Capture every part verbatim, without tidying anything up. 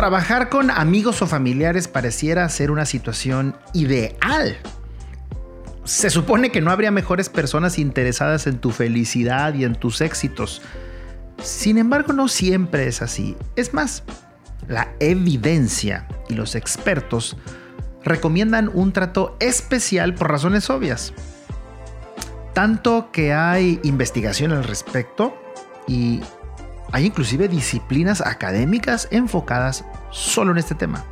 trabajar con amigos o familiares pareciera ser una situación ideal. Se supone que no habría mejores personas interesadas en tu felicidad y en tus éxitos. Sin embargo, no siempre es así. Es más, la evidencia y los expertos recomiendan un trato especial por razones obvias. Tanto que hay investigación al respecto y hay inclusive disciplinas académicas enfocadas solo en este tema.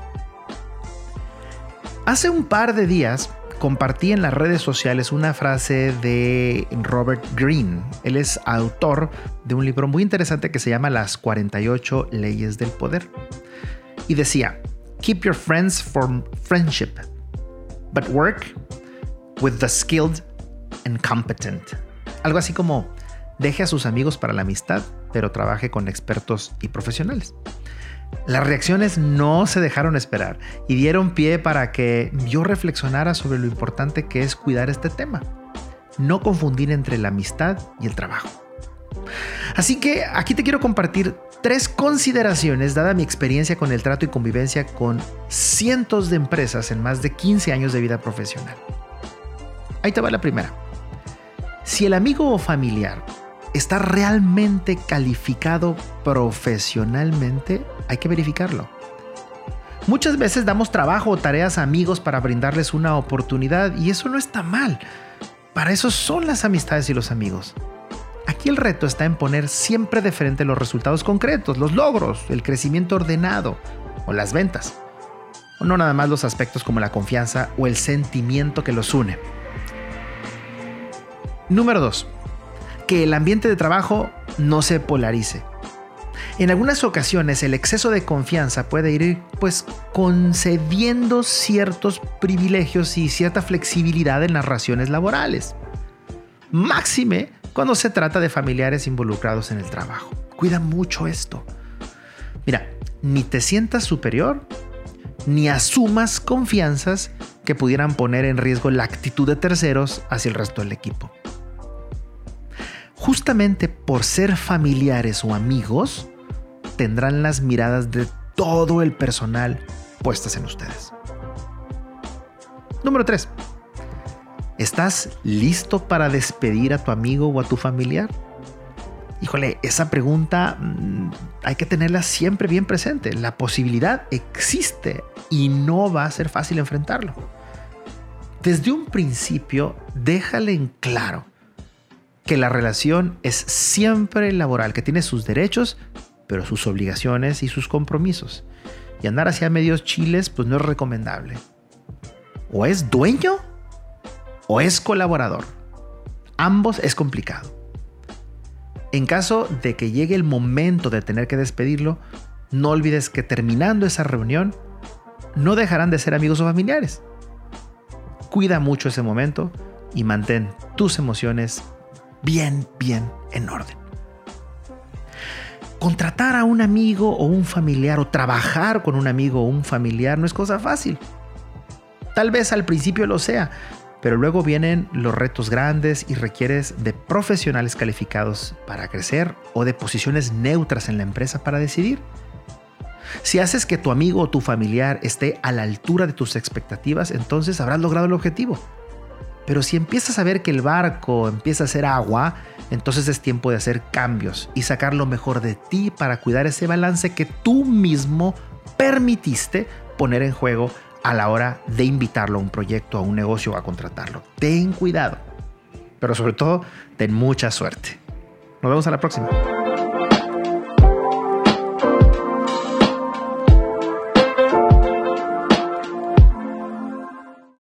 Hace un par de días compartí en las redes sociales una frase de Robert Greene. Él es autor de un libro muy interesante que se llama Las cuarenta y ocho leyes del poder. Y decía, keep your friends for friendship, but work with the skilled and competent. Algo así como, deje a sus amigos para la amistad, pero trabaje con expertos y profesionales. Las reacciones no se dejaron esperar y dieron pie para que yo reflexionara sobre lo importante que es cuidar este tema. No confundir entre la amistad y el trabajo. Así que aquí te quiero compartir tres consideraciones dada mi experiencia con el trato y convivencia con cientos de empresas en más de quince años de vida profesional. Ahí te va la primera. Si el amigo o familiar está realmente calificado profesionalmente, hay que verificarlo. Muchas veces damos trabajo o tareas a amigos para brindarles una oportunidad y eso no está mal. Para eso son las amistades y los amigos. Aquí el reto está en poner siempre de frente los resultados concretos, los logros, el crecimiento ordenado o las ventas. O no nada más los aspectos como la confianza o el sentimiento que los une. Número dos. Que el ambiente de trabajo no se polarice. En algunas ocasiones el exceso de confianza puede ir pues concediendo ciertos privilegios y cierta flexibilidad en las relaciones laborales. Máxime cuando se trata de familiares involucrados en el trabajo. Cuida mucho esto. Mira, ni te sientas superior ni asumas confianzas que pudieran poner en riesgo la actitud de terceros hacia el resto del equipo. Justamente por ser familiares o amigos, tendrán las miradas de todo el personal puestas en ustedes. Número tres. ¿Estás listo para despedir a tu amigo o a tu familiar? Híjole, esa pregunta mmm, hay que tenerla siempre bien presente. La posibilidad existe y no va a ser fácil enfrentarlo. Desde un principio, déjale en claro que la relación es siempre laboral, que tiene sus derechos, pero sus obligaciones y sus compromisos. Y andar hacia medios chiles, pues no es recomendable. O es dueño o es colaborador. Ambos es complicado. En caso de que llegue el momento de tener que despedirlo, no olvides que terminando esa reunión, no dejarán de ser amigos o familiares. Cuida mucho ese momento y mantén tus emociones bien, bien en orden. Contratar a un amigo o un familiar o trabajar con un amigo o un familiar no es cosa fácil. Tal vez al principio lo sea, pero luego vienen los retos grandes y requieres de profesionales calificados para crecer o de posiciones neutras en la empresa para decidir. Si haces que tu amigo o tu familiar esté a la altura de tus expectativas, entonces habrás logrado el objetivo. Pero si empiezas a ver que el barco empieza a hacer agua, entonces es tiempo de hacer cambios y sacar lo mejor de ti para cuidar ese balance que tú mismo permitiste poner en juego a la hora de invitarlo a un proyecto, a un negocio o a contratarlo. Ten cuidado, pero sobre todo, ten mucha suerte. Nos vemos a la próxima.